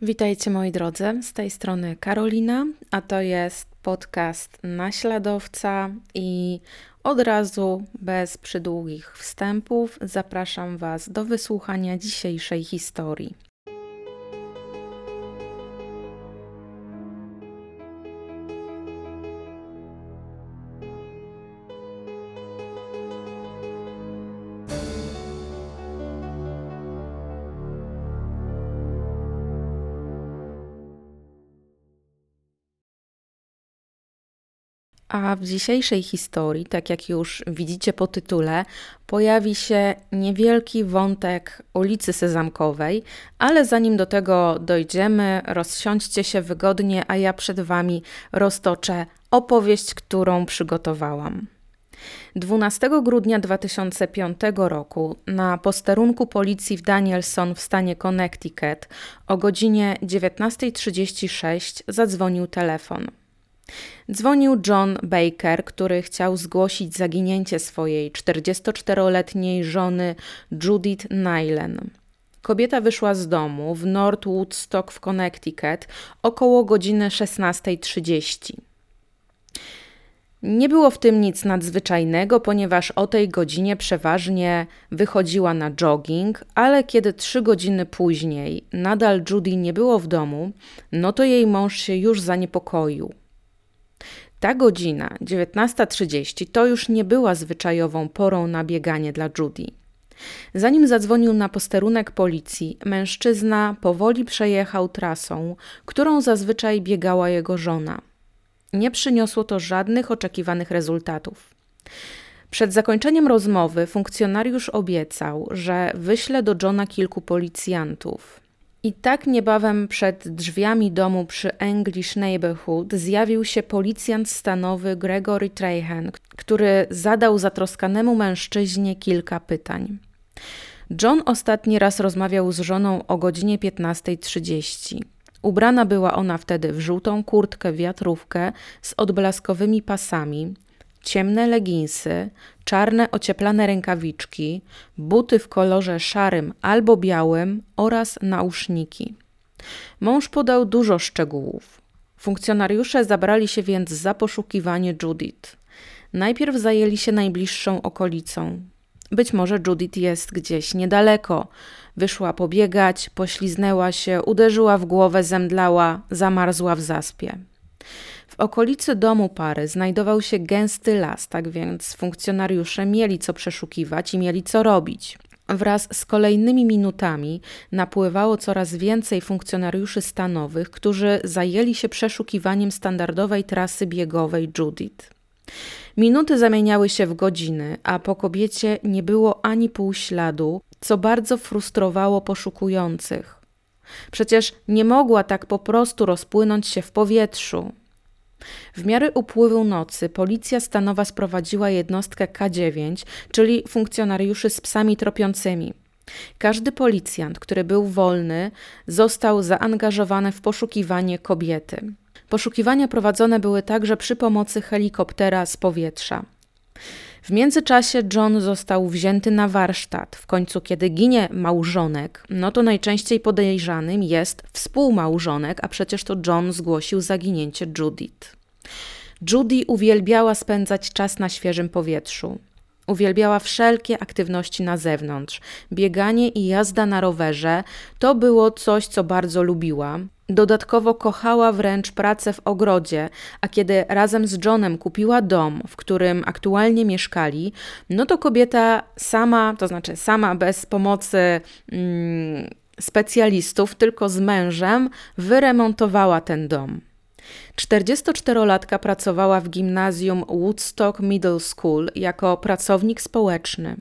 Witajcie moi drodzy, z tej strony Karolina, a to jest podcast Naśladowca i od razu, bez przydługich wstępów, zapraszam Was do wysłuchania dzisiejszej historii. A w dzisiejszej historii, tak jak już widzicie po tytule, pojawi się niewielki wątek ulicy Sezamkowej, ale zanim do tego dojdziemy, rozsiądźcie się wygodnie, a ja przed Wami roztoczę opowieść, którą przygotowałam. 12 grudnia 2005 roku na posterunku policji w Danielson w stanie Connecticut o godzinie 19:36 zadzwonił telefon. Dzwonił John Baker, który chciał zgłosić zaginięcie swojej 44-letniej żony Judith Nylen. Kobieta wyszła z domu w North Woodstock w Connecticut około godziny 16:30. Nie było w tym nic nadzwyczajnego, ponieważ o tej godzinie przeważnie wychodziła na jogging, ale kiedy 3 godziny później nadal Judy nie było w domu, no to jej mąż się już zaniepokoił. Ta godzina, 19:30, to już nie była zwyczajową porą na bieganie dla Judy. Zanim zadzwonił na posterunek policji, mężczyzna powoli przejechał trasą, którą zazwyczaj biegała jego żona. Nie przyniosło to żadnych oczekiwanych rezultatów. Przed zakończeniem rozmowy funkcjonariusz obiecał, że wyśle do Johna kilku policjantów. I tak niebawem przed drzwiami domu przy English Neighborhood zjawił się policjant stanowy Gregory Trahan, który zadał zatroskanemu mężczyźnie kilka pytań. John ostatni raz rozmawiał z żoną o godzinie 15:30. Ubrana była ona wtedy w żółtą kurtkę wiatrówkę z odblaskowymi pasami, ciemne leginsy, czarne ocieplane rękawiczki, buty w kolorze szarym albo białym oraz nauszniki. Mąż podał dużo szczegółów. Funkcjonariusze zabrali się więc za poszukiwanie Judith. Najpierw zajęli się najbliższą okolicą. Być może Judith jest gdzieś niedaleko. Wyszła pobiegać, pośliznęła się, uderzyła w głowę, zemdlała, zamarzła w zaspie. W okolicy domu pary znajdował się gęsty las, tak więc funkcjonariusze mieli co przeszukiwać i mieli co robić. Wraz z kolejnymi minutami napływało coraz więcej funkcjonariuszy stanowych, którzy zajęli się przeszukiwaniem standardowej trasy biegowej Judith. Minuty zamieniały się w godziny, a po kobiecie nie było ani pół śladu, co bardzo frustrowało poszukujących. Przecież nie mogła tak po prostu rozpłynąć się w powietrzu. W miarę upływu nocy policja stanowa sprowadziła jednostkę K9, czyli funkcjonariuszy z psami tropiącymi. Każdy policjant, który był wolny, został zaangażowany w poszukiwanie kobiety. Poszukiwania prowadzone były także przy pomocy helikoptera z powietrza. W międzyczasie John został wzięty na warsztat. W końcu, kiedy ginie małżonek, no to najczęściej podejrzanym jest współmałżonek, a przecież to John zgłosił zaginięcie Judith. Judy uwielbiała spędzać czas na świeżym powietrzu. Uwielbiała wszelkie aktywności na zewnątrz. Bieganie i jazda na rowerze to było coś, co bardzo lubiła. Dodatkowo kochała wręcz pracę w ogrodzie, a kiedy razem z Johnem kupiła dom, w którym aktualnie mieszkali, no to kobieta sama bez pomocy specjalistów, tylko z mężem wyremontowała ten dom. 44-latka pracowała w gimnazjum Woodstock Middle School jako pracownik społeczny.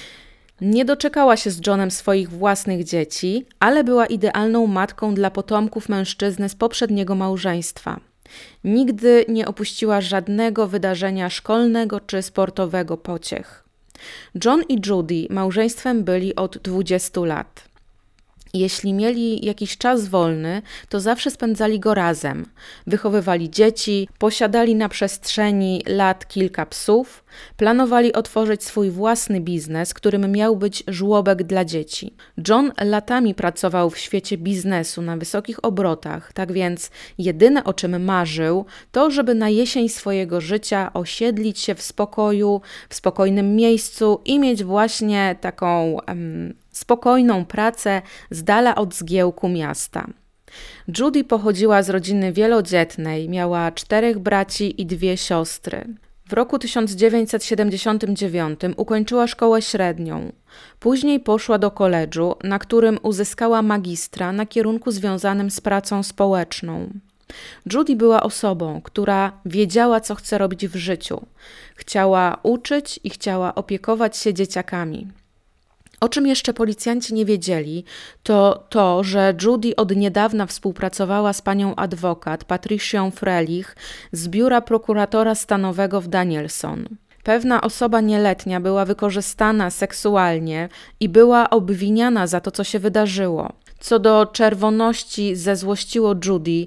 Nie doczekała się z Johnem swoich własnych dzieci, ale była idealną matką dla potomków mężczyzny z poprzedniego małżeństwa. Nigdy nie opuściła żadnego wydarzenia szkolnego czy sportowego pociech. John i Judy małżeństwem byli od 20 lat. Jeśli mieli jakiś czas wolny, to zawsze spędzali go razem. Wychowywali dzieci, posiadali na przestrzeni lat kilka psów, planowali otworzyć swój własny biznes, którym miał być żłobek dla dzieci. John latami pracował w świecie biznesu na wysokich obrotach, tak więc jedyne o czym marzył, to żeby na jesień swojego życia osiedlić się w spokoju, w spokojnym miejscu i mieć właśnie taką spokojną pracę z dala od zgiełku miasta. Judy pochodziła z rodziny wielodzietnej, miała 4 braci i 2 siostry. W roku 1979 ukończyła szkołę średnią. Później poszła do koledżu, na którym uzyskała magistra na kierunku związanym z pracą społeczną. Judy była osobą, która wiedziała, co chce robić w życiu. Chciała uczyć i chciała opiekować się dzieciakami. O czym jeszcze policjanci nie wiedzieli, to to, że Judy od niedawna współpracowała z panią adwokat Patricią Frelich z biura prokuratora stanowego w Danielson. Pewna osoba nieletnia była wykorzystana seksualnie i była obwiniana za to, co się wydarzyło. Co do czerwoności zezłościło Judy,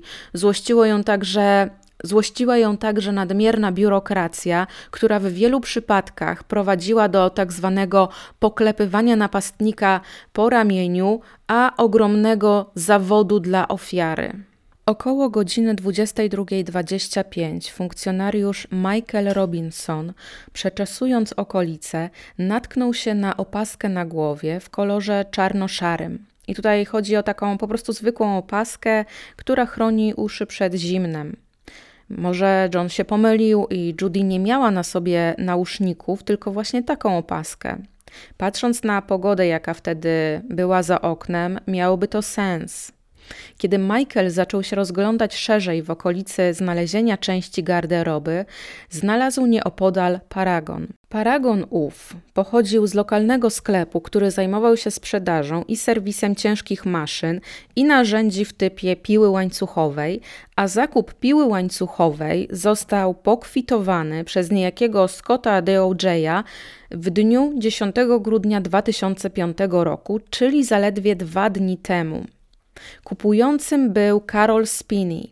złościła ją także nadmierna biurokracja, która w wielu przypadkach prowadziła do tak zwanego poklepywania napastnika po ramieniu, a ogromnego zawodu dla ofiary. Około godziny 22:25 funkcjonariusz Michael Robinson, przeczesując okolice, natknął się na opaskę na głowie w kolorze czarno-szarym. I tutaj chodzi o taką po prostu zwykłą opaskę, która chroni uszy przed zimnem. Może John się pomylił i Judy nie miała na sobie nauszników, tylko właśnie taką opaskę. Patrząc na pogodę, jaka wtedy była za oknem, miałoby to sens. Kiedy Michael zaczął się rozglądać szerzej w okolicy znalezienia części garderoby, znalazł nieopodal paragon. Paragon ów pochodził z lokalnego sklepu, który zajmował się sprzedażą i serwisem ciężkich maszyn i narzędzi w typie piły łańcuchowej, a zakup piły łańcuchowej został pokwitowany przez niejakiego Scotta DOJ'a w dniu 10 grudnia 2005 roku, czyli zaledwie 2 dni temu. Kupującym był Carol Spinney.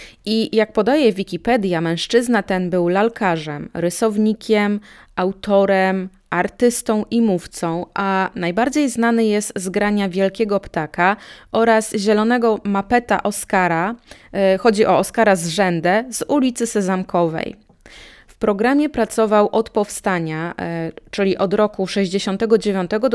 I jak podaje Wikipedia, mężczyzna ten był lalkarzem, rysownikiem, autorem, artystą i mówcą, a najbardziej znany jest z grania Wielkiego Ptaka oraz zielonego mapeta Oscara, chodzi o Oskara Zrzędę, z ulicy Sezamkowej. W programie pracował od powstania, czyli od roku 1969 do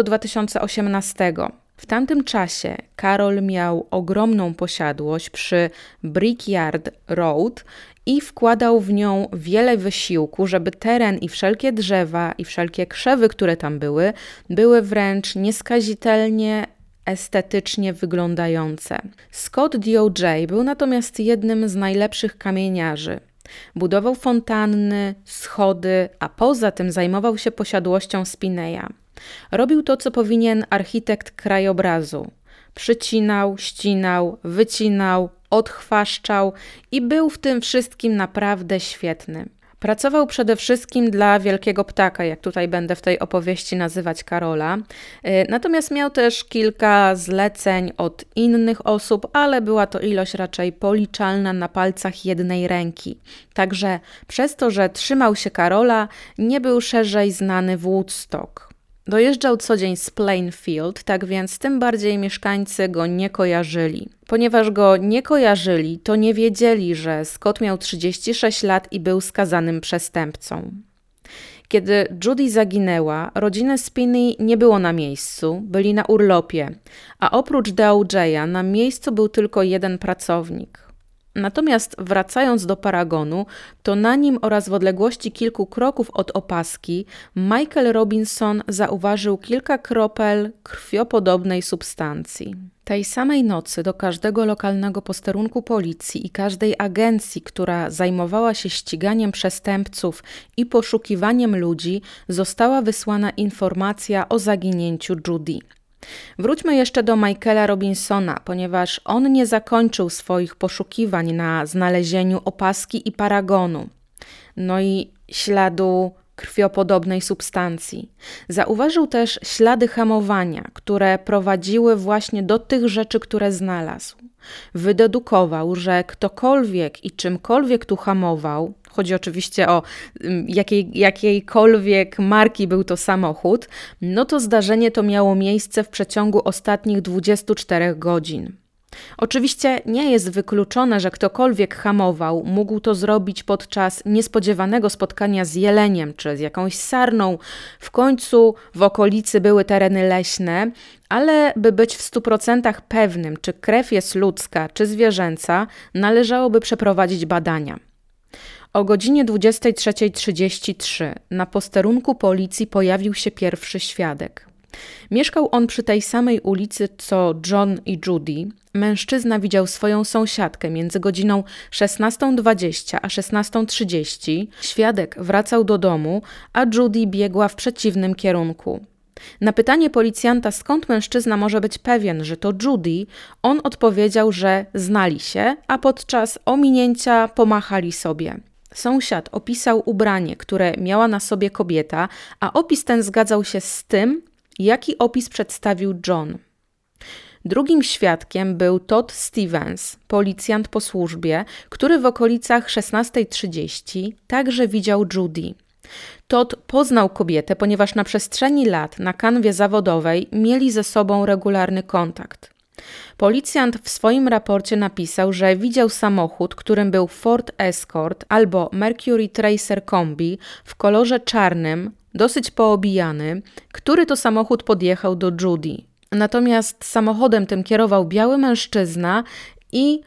2018. W tamtym czasie Karol miał ogromną posiadłość przy Brickyard Road i wkładał w nią wiele wysiłku, żeby teren i wszelkie drzewa i wszelkie krzewy, które tam były wręcz nieskazitelnie estetycznie wyglądające. Scott DOJ był natomiast jednym z najlepszych kamieniarzy. Budował fontanny, schody, a poza tym zajmował się posiadłością Spinneya. Robił to, co powinien architekt krajobrazu. Przycinał, ścinał, wycinał, odchwaszczał i był w tym wszystkim naprawdę świetny. Pracował przede wszystkim dla Wielkiego Ptaka, jak tutaj będę w tej opowieści nazywać Karola. Natomiast miał też kilka zleceń od innych osób, ale była to ilość raczej policzalna na palcach jednej ręki. Także przez to, że trzymał się Karola, nie był szerzej znany w Woodstock. Dojeżdżał co dzień z Plainfield, tak więc tym bardziej mieszkańcy go nie kojarzyli. Ponieważ go nie kojarzyli, to nie wiedzieli, że Scott miał 36 lat i był skazanym przestępcą. Kiedy Judy zaginęła, rodziny Spinney nie było na miejscu, byli na urlopie, a oprócz DOJ-a na miejscu był tylko jeden pracownik. Natomiast wracając do paragonu, to na nim oraz w odległości kilku kroków od opaski Michael Robinson zauważył kilka kropel krwiopodobnej substancji. Tej samej nocy do każdego lokalnego posterunku policji i każdej agencji, która zajmowała się ściganiem przestępców i poszukiwaniem ludzi, została wysłana informacja o zaginięciu Judy. Wróćmy jeszcze do Michaela Robinsona, ponieważ on nie zakończył swoich poszukiwań na znalezieniu opaski i paragonu. No i śladu krwiopodobnej substancji. Zauważył też ślady hamowania, które prowadziły właśnie do tych rzeczy, które znalazł. Wydedukował, że ktokolwiek i czymkolwiek tu hamował, chodzi oczywiście o jakiejkolwiek marki był to samochód, no to zdarzenie to miało miejsce w przeciągu ostatnich 24 godzin. Oczywiście nie jest wykluczone, że ktokolwiek hamował, mógł to zrobić podczas niespodziewanego spotkania z jeleniem czy z jakąś sarną. W końcu w okolicy były tereny leśne, ale by być w 100% pewnym, czy krew jest ludzka czy zwierzęca, należałoby przeprowadzić badania. O godzinie 23:33 na posterunku policji pojawił się pierwszy świadek. Mieszkał on przy tej samej ulicy co John i Judy. Mężczyzna widział swoją sąsiadkę między godziną 16:20 a 16:30. Świadek wracał do domu, a Judy biegła w przeciwnym kierunku. Na pytanie policjanta, skąd mężczyzna może być pewien, że to Judy, on odpowiedział, że znali się, a podczas ominięcia pomachali sobie. Sąsiad opisał ubranie, które miała na sobie kobieta, a opis ten zgadzał się z tym, jaki opis przedstawił John. Drugim świadkiem był Todd Stevens, policjant po służbie, który w okolicach 16:30 także widział Judy. Todd poznał kobietę, ponieważ na przestrzeni lat na kanwie zawodowej mieli ze sobą regularny kontakt. Policjant w swoim raporcie napisał, że widział samochód, którym był Ford Escort albo Mercury Tracer Kombi w kolorze czarnym, dosyć poobijany, który to samochód podjechał do Judy. Natomiast samochodem tym kierował biały mężczyzna i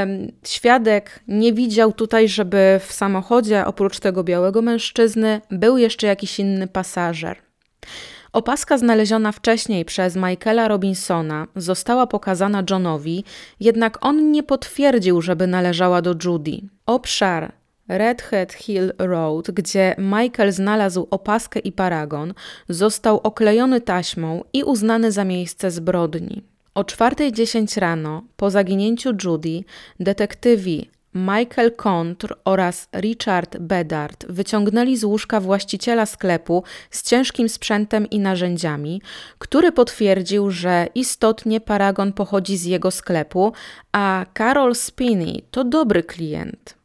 świadek nie widział tutaj, żeby w samochodzie oprócz tego białego mężczyzny był jeszcze jakiś inny pasażer. Opaska znaleziona wcześniej przez Michaela Robinsona została pokazana Johnowi, jednak on nie potwierdził, żeby należała do Judy. Obszar Redhead Hill Road, gdzie Michael znalazł opaskę i paragon, został oklejony taśmą i uznany za miejsce zbrodni. O 4:10 rano, po zaginięciu Judy, detektywi Michael Contr oraz Richard Bedard wyciągnęli z łóżka właściciela sklepu z ciężkim sprzętem i narzędziami, który potwierdził, że istotnie paragon pochodzi z jego sklepu, a Carol Spinney to dobry klient.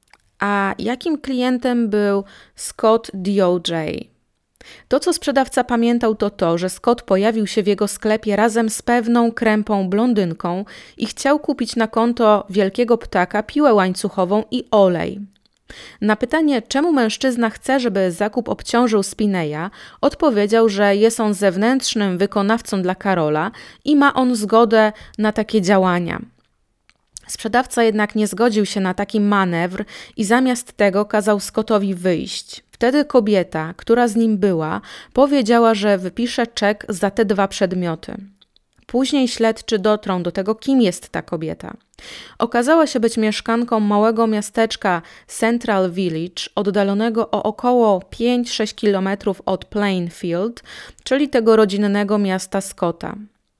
A jakim klientem był Scott DOJ? To, co sprzedawca pamiętał, to to, że Scott pojawił się w jego sklepie razem z pewną krępą blondynką i chciał kupić na konto wielkiego ptaka piłę łańcuchową i olej. Na pytanie, czemu mężczyzna chce, żeby zakup obciążył Spinneya, odpowiedział, że jest on zewnętrznym wykonawcą dla Karola i ma on zgodę na takie działania. Sprzedawca jednak nie zgodził się na taki manewr i zamiast tego kazał Scottowi wyjść. Wtedy kobieta, która z nim była, powiedziała, że wypisze czek za te 2 przedmioty. Później śledczy dotrą do tego, kim jest ta kobieta. Okazała się być mieszkanką małego miasteczka Central Village, oddalonego o około 5-6 km od Plainfield, czyli tego rodzinnego miasta Scotta.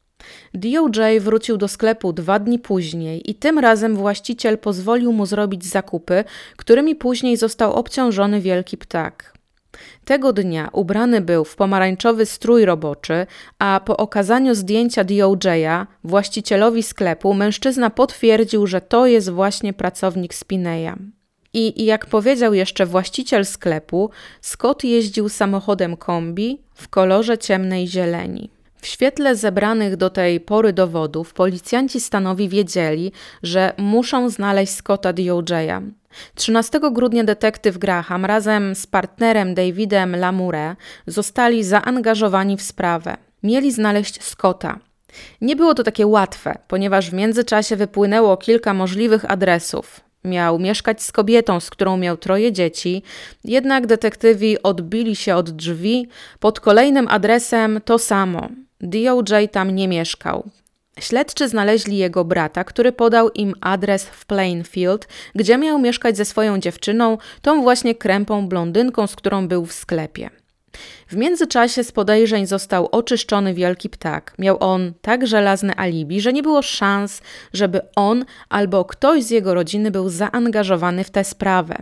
DOJ wrócił do sklepu 2 dni później i tym razem właściciel pozwolił mu zrobić zakupy, którymi później został obciążony wielki ptak. Tego dnia ubrany był w pomarańczowy strój roboczy, a po okazaniu zdjęcia DOJ-a właścicielowi sklepu mężczyzna potwierdził, że to jest właśnie pracownik Spinneya. I jak powiedział jeszcze właściciel sklepu, Scott jeździł samochodem kombi w kolorze ciemnej zieleni. W świetle zebranych do tej pory dowodów policjanci stanowi wiedzieli, że muszą znaleźć Scotta DOJ-a. 13 grudnia detektyw Graham razem z partnerem Davidem Lamoure zostali zaangażowani w sprawę. Mieli znaleźć Scotta. Nie było to takie łatwe, ponieważ w międzyczasie wypłynęło kilka możliwych adresów. Miał mieszkać z kobietą, z którą miał 3 dzieci, jednak detektywi odbili się od drzwi. Pod kolejnym adresem to samo. DOJ tam nie mieszkał. Śledczy znaleźli jego brata, który podał im adres w Plainfield, gdzie miał mieszkać ze swoją dziewczyną, tą właśnie krępą blondynką, z którą był w sklepie. W międzyczasie z podejrzeń został oczyszczony wielki ptak. Miał on tak żelazne alibi, że nie było szans, żeby on albo ktoś z jego rodziny był zaangażowany w tę sprawę.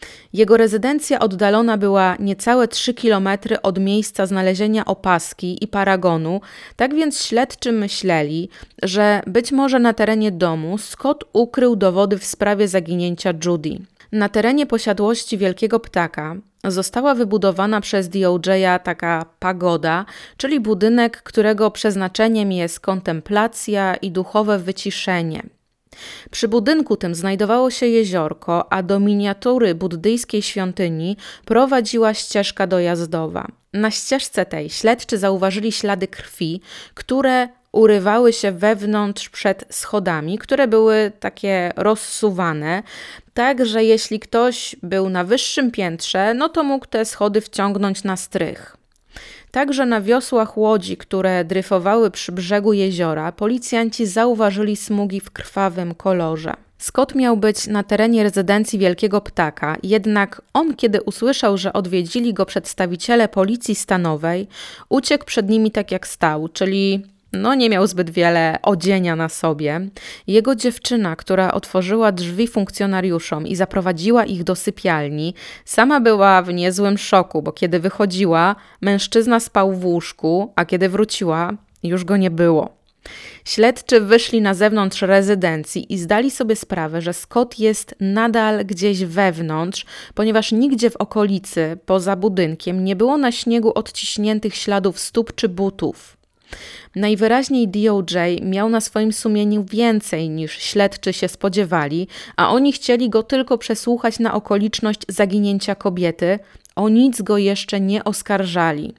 Jego rezydencja oddalona była niecałe 3 kilometry od miejsca znalezienia opaski i paragonu, tak więc śledczy myśleli, że być może na terenie domu Scott ukrył dowody w sprawie zaginięcia Judy. Na terenie posiadłości Wielkiego Ptaka została wybudowana przez DOJ-a taka pagoda, czyli budynek, którego przeznaczeniem jest kontemplacja i duchowe wyciszenie. Przy budynku tym znajdowało się jeziorko, a do miniatury buddyjskiej świątyni prowadziła ścieżka dojazdowa. Na ścieżce tej śledczy zauważyli ślady krwi, które urywały się wewnątrz przed schodami, które były takie rozsuwane, tak że jeśli ktoś był na wyższym piętrze, no to mógł te schody wciągnąć na strych. Także na wiosłach łodzi, które dryfowały przy brzegu jeziora, policjanci zauważyli smugi w krwawym kolorze. Scott miał być na terenie rezydencji Wielkiego Ptaka, jednak on, kiedy usłyszał, że odwiedzili go przedstawiciele policji stanowej, uciekł przed nimi tak jak stał, czyli nie miał zbyt wiele odzienia na sobie. Jego dziewczyna, która otworzyła drzwi funkcjonariuszom i zaprowadziła ich do sypialni, sama była w niezłym szoku, bo kiedy wychodziła, mężczyzna spał w łóżku, a kiedy wróciła, już go nie było. Śledczy wyszli na zewnątrz rezydencji i zdali sobie sprawę, że Scott jest nadal gdzieś wewnątrz, ponieważ nigdzie w okolicy, poza budynkiem, nie było na śniegu odciśniętych śladów stóp czy butów. Najwyraźniej DOJ miał na swoim sumieniu więcej niż śledczy się spodziewali, a oni chcieli go tylko przesłuchać na okoliczność zaginięcia kobiety, o nic go jeszcze nie oskarżali.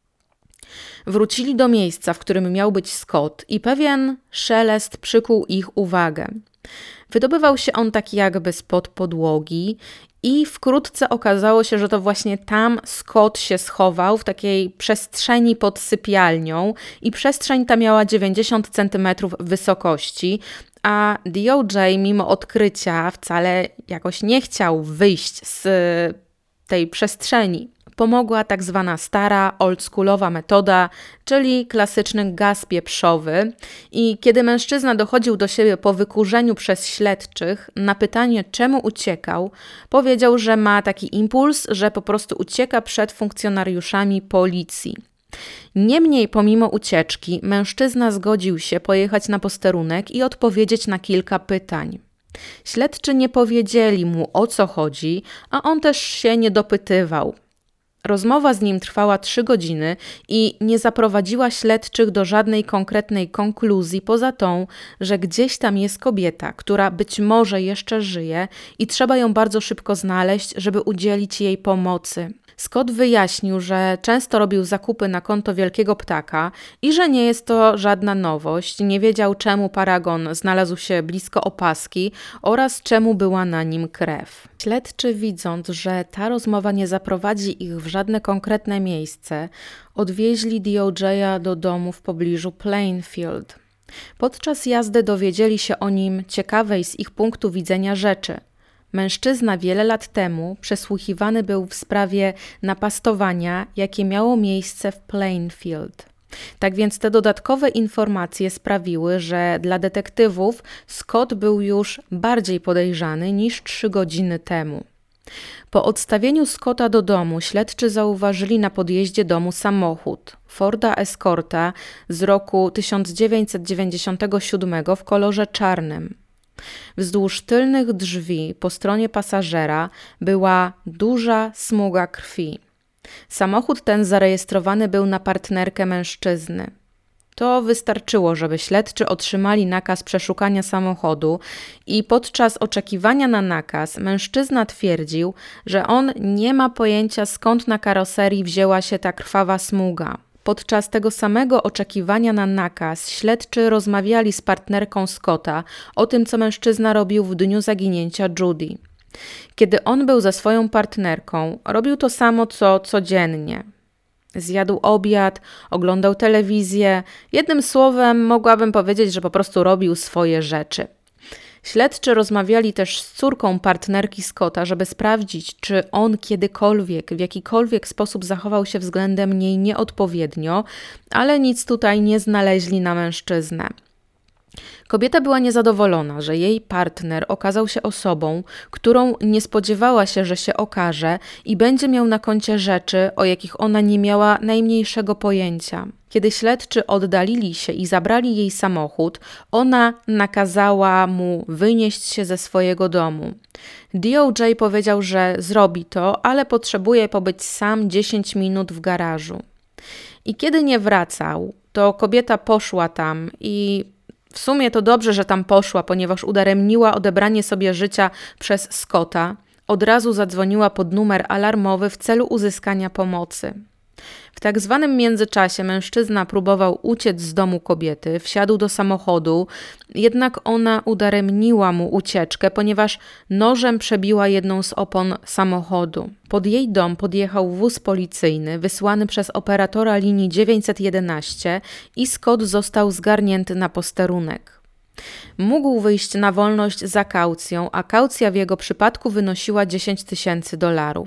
Wrócili do miejsca, w którym miał być Scott i pewien szelest przykuł ich uwagę. Wydobywał się on tak jakby spod podłogi i wkrótce okazało się, że to właśnie tam Scott się schował w takiej przestrzeni pod sypialnią i przestrzeń ta miała 90 cm wysokości, a DOJ mimo odkrycia wcale jakoś nie chciał wyjść z tej przestrzeni. Pomogła tak zwana stara, oldschoolowa metoda, czyli klasyczny gaz pieprzowy i kiedy mężczyzna dochodził do siebie po wykurzeniu przez śledczych, na pytanie czemu uciekał, powiedział, że ma taki impuls, że po prostu ucieka przed funkcjonariuszami policji. Niemniej pomimo ucieczki mężczyzna zgodził się pojechać na posterunek i odpowiedzieć na kilka pytań. Śledczy nie powiedzieli mu o co chodzi, a on też się nie dopytywał. Rozmowa z nim trwała 3 godziny i nie zaprowadziła śledczych do żadnej konkretnej konkluzji poza tą, że gdzieś tam jest kobieta, która być może jeszcze żyje i trzeba ją bardzo szybko znaleźć, żeby udzielić jej pomocy. Scott wyjaśnił, że często robił zakupy na konto Wielkiego Ptaka i że nie jest to żadna nowość. Nie wiedział, czemu paragon znalazł się blisko opaski oraz czemu była na nim krew. Śledczy, widząc, że ta rozmowa nie zaprowadzi ich w żadne konkretne miejsce, odwieźli DOJ-a do domu w pobliżu Plainfield. Podczas jazdy dowiedzieli się o nim ciekawej z ich punktu widzenia rzeczy. Mężczyzna wiele lat temu przesłuchiwany był w sprawie napastowania, jakie miało miejsce w Plainfield. Tak więc te dodatkowe informacje sprawiły, że dla detektywów Scott był już bardziej podejrzany niż 3 godziny temu. Po odstawieniu Scotta do domu śledczy zauważyli na podjeździe domu samochód Forda Escorta z roku 1997 w kolorze czarnym. Wzdłuż tylnych drzwi po stronie pasażera była duża smuga krwi. Samochód ten zarejestrowany był na partnerkę mężczyzny. To wystarczyło, żeby śledczy otrzymali nakaz przeszukania samochodu i podczas oczekiwania na nakaz mężczyzna twierdził, że on nie ma pojęcia, skąd na karoserii wzięła się ta krwawa smuga. Podczas tego samego oczekiwania na nakaz śledczy rozmawiali z partnerką Scotta o tym, co mężczyzna robił w dniu zaginięcia Judy. Kiedy on był ze swoją partnerką, robił to samo co codziennie. Zjadł obiad, oglądał telewizję, jednym słowem mogłabym powiedzieć, że po prostu robił swoje rzeczy. Śledczy rozmawiali też z córką partnerki Scotta, żeby sprawdzić, czy on kiedykolwiek, w jakikolwiek sposób zachował się względem niej nieodpowiednio, ale nic tutaj nie znaleźli na mężczyznę. Kobieta była niezadowolona, że jej partner okazał się osobą, którą nie spodziewała się, że się okaże i będzie miał na koncie rzeczy, o jakich ona nie miała najmniejszego pojęcia. Kiedy śledczy oddalili się i zabrali jej samochód, ona nakazała mu wynieść się ze swojego domu. DOJ powiedział, że zrobi to, ale potrzebuje pobyć sam 10 minut w garażu. I kiedy nie wracał, to kobieta poszła tam i w sumie to dobrze, że tam poszła, ponieważ udaremniła odebranie sobie życia przez Scotta. Od razu zadzwoniła pod numer alarmowy w celu uzyskania pomocy. W tak zwanym międzyczasie mężczyzna próbował uciec z domu kobiety, wsiadł do samochodu, jednak ona udaremniła mu ucieczkę, ponieważ nożem przebiła jedną z opon samochodu. Pod jej dom podjechał wóz policyjny wysłany przez operatora linii 911 i Scott został zgarnięty na posterunek. Mógł wyjść na wolność za kaucją, a kaucja w jego przypadku wynosiła $10,000.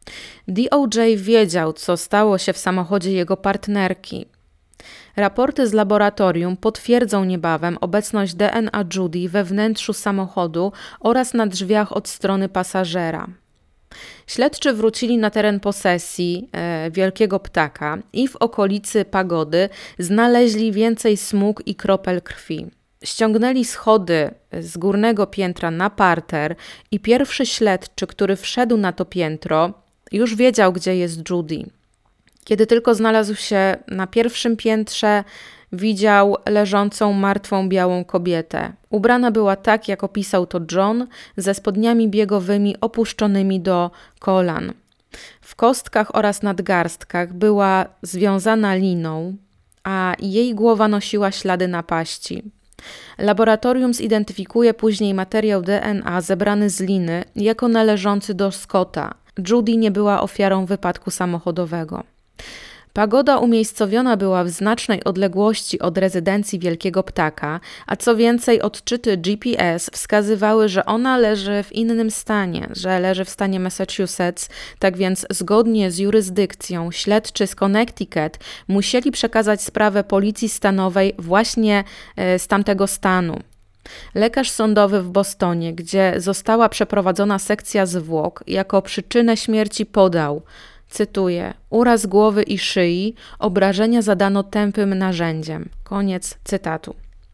DOJ wiedział, co stało się w samochodzie jego partnerki. Raporty z laboratorium potwierdzą niebawem obecność DNA Judy we wnętrzu samochodu oraz na drzwiach od strony pasażera. Śledczy wrócili na teren posesji Wielkiego Ptaka i w okolicy pagody znaleźli więcej smug i kropel krwi. Ściągnęli schody z górnego piętra na parter i pierwszy śledczy, który wszedł na to piętro, już wiedział, gdzie jest Judy. Kiedy tylko znalazł się na pierwszym piętrze, widział leżącą martwą białą kobietę. Ubrana była tak, jak opisał to John, ze spodniami biegowymi opuszczonymi do kolan. W kostkach oraz nadgarstkach była związana liną, a jej głowa nosiła ślady napaści. Laboratorium zidentyfikuje później materiał DNA zebrany z liny jako należący do Scotta. Judy nie była ofiarą wypadku samochodowego. Pagoda umiejscowiona była w znacznej odległości od rezydencji Wielkiego Ptaka, a co więcej odczyty GPS wskazywały, że ona leży w innym stanie, że leży w stanie Massachusetts, tak więc zgodnie z jurysdykcją śledczy z Connecticut musieli przekazać sprawę policji stanowej właśnie z tamtego stanu. Lekarz sądowy w Bostonie, gdzie została przeprowadzona sekcja zwłok, jako przyczynę śmierci podał, cytuję, uraz głowy i szyi, obrażenia zadano tępym narzędziem. Koniec cytatu.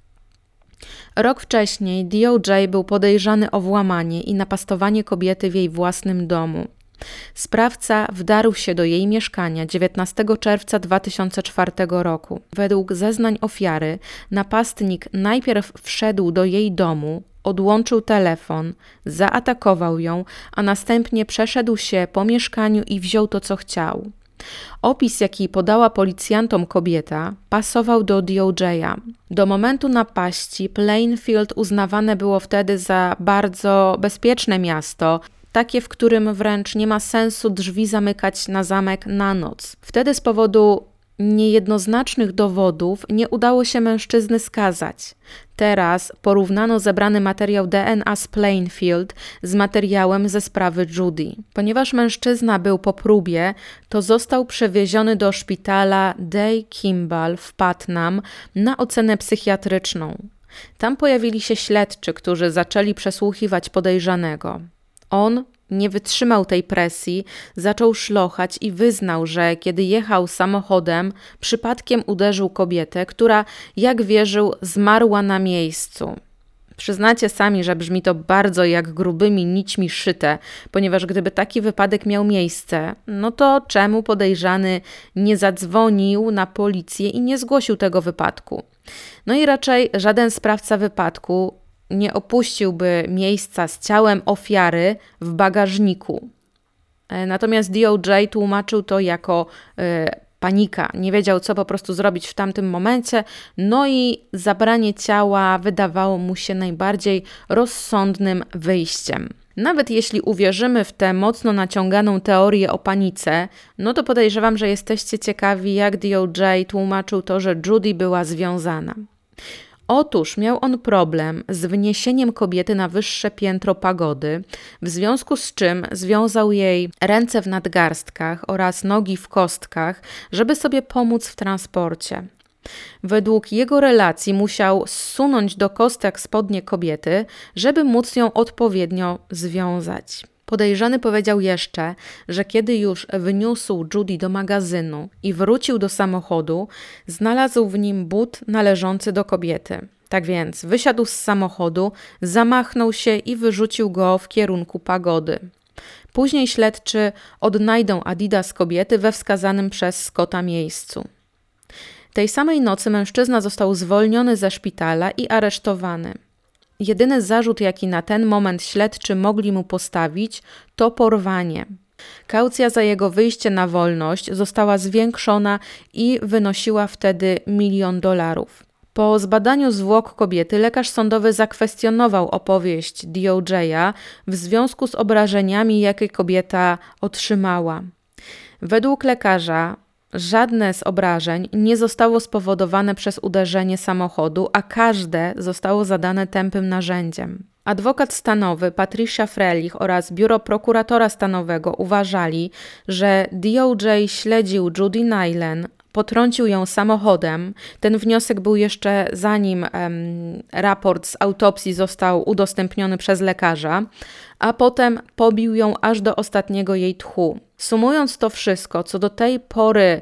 Rok wcześniej DOJ był podejrzany o włamanie i napastowanie kobiety w jej własnym domu. Sprawca wdarł się do jej mieszkania 19 czerwca 2004 roku. Według zeznań ofiary napastnik najpierw wszedł do jej domu, odłączył telefon, zaatakował ją, a następnie przeszedł się po mieszkaniu i wziął to, co chciał. Opis, jaki podała policjantom kobieta, pasował do DOJ-a. Do momentu napaści Plainfield uznawane było wtedy za bardzo bezpieczne miasto, takie, w którym wręcz nie ma sensu drzwi zamykać na zamek na noc. Wtedy z powodu niejednoznacznych dowodów nie udało się mężczyzny skazać. Teraz porównano zebrany materiał DNA z Plainfield z materiałem ze sprawy Judy. Ponieważ mężczyzna był po próbie, to został przewieziony do szpitala Day Kimball w Putnam na ocenę psychiatryczną. Tam pojawili się śledczy, którzy zaczęli przesłuchiwać podejrzanego. On nie wytrzymał tej presji, zaczął szlochać i wyznał, że kiedy jechał samochodem, przypadkiem uderzył kobietę, która, jak wierzył, zmarła na miejscu. Przyznacie sami, że brzmi to bardzo jak grubymi nićmi szyte, ponieważ gdyby taki wypadek miał miejsce, no to czemu podejrzany nie zadzwonił na policję i nie zgłosił tego wypadku? No i raczej żaden sprawca wypadku nie opuściłby miejsca z ciałem ofiary w bagażniku. Natomiast DOJ tłumaczył to jako panika. Nie wiedział, co po prostu zrobić w tamtym momencie, no i zabranie ciała wydawało mu się najbardziej rozsądnym wyjściem. Nawet jeśli uwierzymy w tę mocno naciąganą teorię o panice, no to podejrzewam, że jesteście ciekawi, jak DOJ tłumaczył to, że Judy była związana. Otóż miał on problem z wniesieniem kobiety na wyższe piętro pagody, w związku z czym związał jej ręce w nadgarstkach oraz nogi w kostkach, żeby sobie pomóc w transporcie. Według jego relacji musiał zsunąć do kostek spodnie kobiety, żeby móc ją odpowiednio związać. Podejrzany powiedział jeszcze, że kiedy już wniósł Judy do magazynu i wrócił do samochodu, znalazł w nim but należący do kobiety. Tak więc wysiadł z samochodu, zamachnął się i wyrzucił go w kierunku pagody. Później śledczy odnajdą Adidas kobiety we wskazanym przez Scotta miejscu. Tej samej nocy mężczyzna został zwolniony ze szpitala i aresztowany. Jedyny zarzut, jaki na ten moment śledczy mogli mu postawić, to porwanie. Kaucja za jego wyjście na wolność została zwiększona i wynosiła wtedy $1 milion. Po zbadaniu zwłok kobiety lekarz sądowy zakwestionował opowieść DOJ-a w związku z obrażeniami, jakie kobieta otrzymała. Według lekarza żadne z obrażeń nie zostało spowodowane przez uderzenie samochodu, a każde zostało zadane tępym narzędziem. Adwokat stanowy Patricia Frelich oraz biuro prokuratora stanowego uważali, że DOJ śledził Judy Nylen, potrącił ją samochodem. Ten wniosek był jeszcze zanim raport z autopsji został udostępniony przez lekarza, a potem pobił ją aż do ostatniego jej tchu. Sumując to wszystko, co do tej pory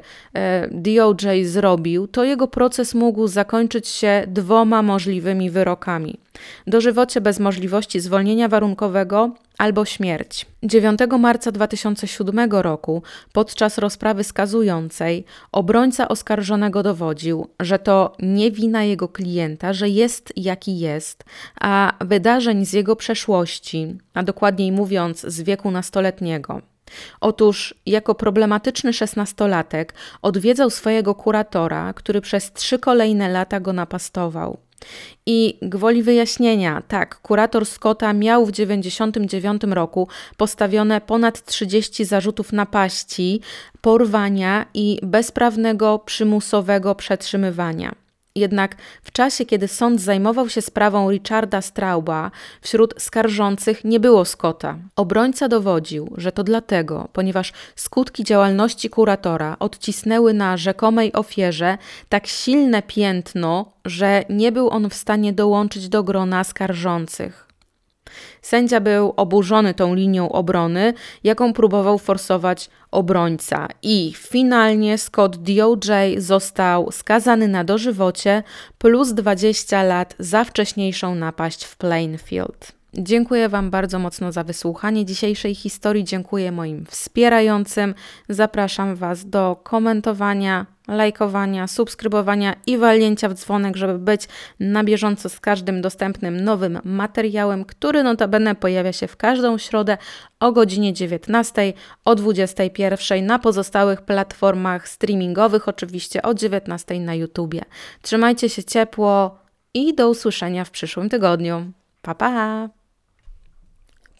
DOJ zrobił, to jego proces mógł zakończyć się 2 możliwymi wyrokami. Dożywocie bez możliwości zwolnienia warunkowego albo śmierć. 9 marca 2007 roku, podczas rozprawy skazującej, obrońca oskarżonego dowodził, że to nie wina jego klienta, że jest jaki jest, a wydarzeń z jego przeszłości, a dokładniej mówiąc z wieku nastoletniego. Otóż jako problematyczny 16-latek odwiedzał swojego kuratora, który przez 3 kolejne lata go napastował. I gwoli wyjaśnienia, tak, kurator Scotta miał w 1999 roku postawione ponad 30 zarzutów napaści, porwania i bezprawnego, przymusowego przetrzymywania. Jednak w czasie, kiedy sąd zajmował się sprawą Richarda Strauba, wśród skarżących nie było Scotta. Obrońca dowodził, że to dlatego, ponieważ skutki działalności kuratora odcisnęły na rzekomej ofierze tak silne piętno, że nie był on w stanie dołączyć do grona skarżących. Sędzia był oburzony tą linią obrony, jaką próbował forsować obrońca i finalnie Scott DOJ został skazany na dożywocie plus 20 lat za wcześniejszą napaść w Plainfield. Dziękuję Wam bardzo mocno za wysłuchanie dzisiejszej historii, dziękuję moim wspierającym, zapraszam Was do komentowania, lajkowania, subskrybowania i walnięcia w dzwonek, żeby być na bieżąco z każdym dostępnym nowym materiałem, który notabene pojawia się w każdą środę o godzinie 19, o 21 na pozostałych platformach streamingowych, oczywiście o 19 na YouTubie. Trzymajcie się ciepło i do usłyszenia w przyszłym tygodniu. Pa, pa!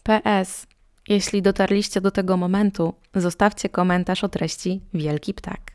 PS. Jeśli dotarliście do tego momentu, zostawcie komentarz o treści Wielki Ptak.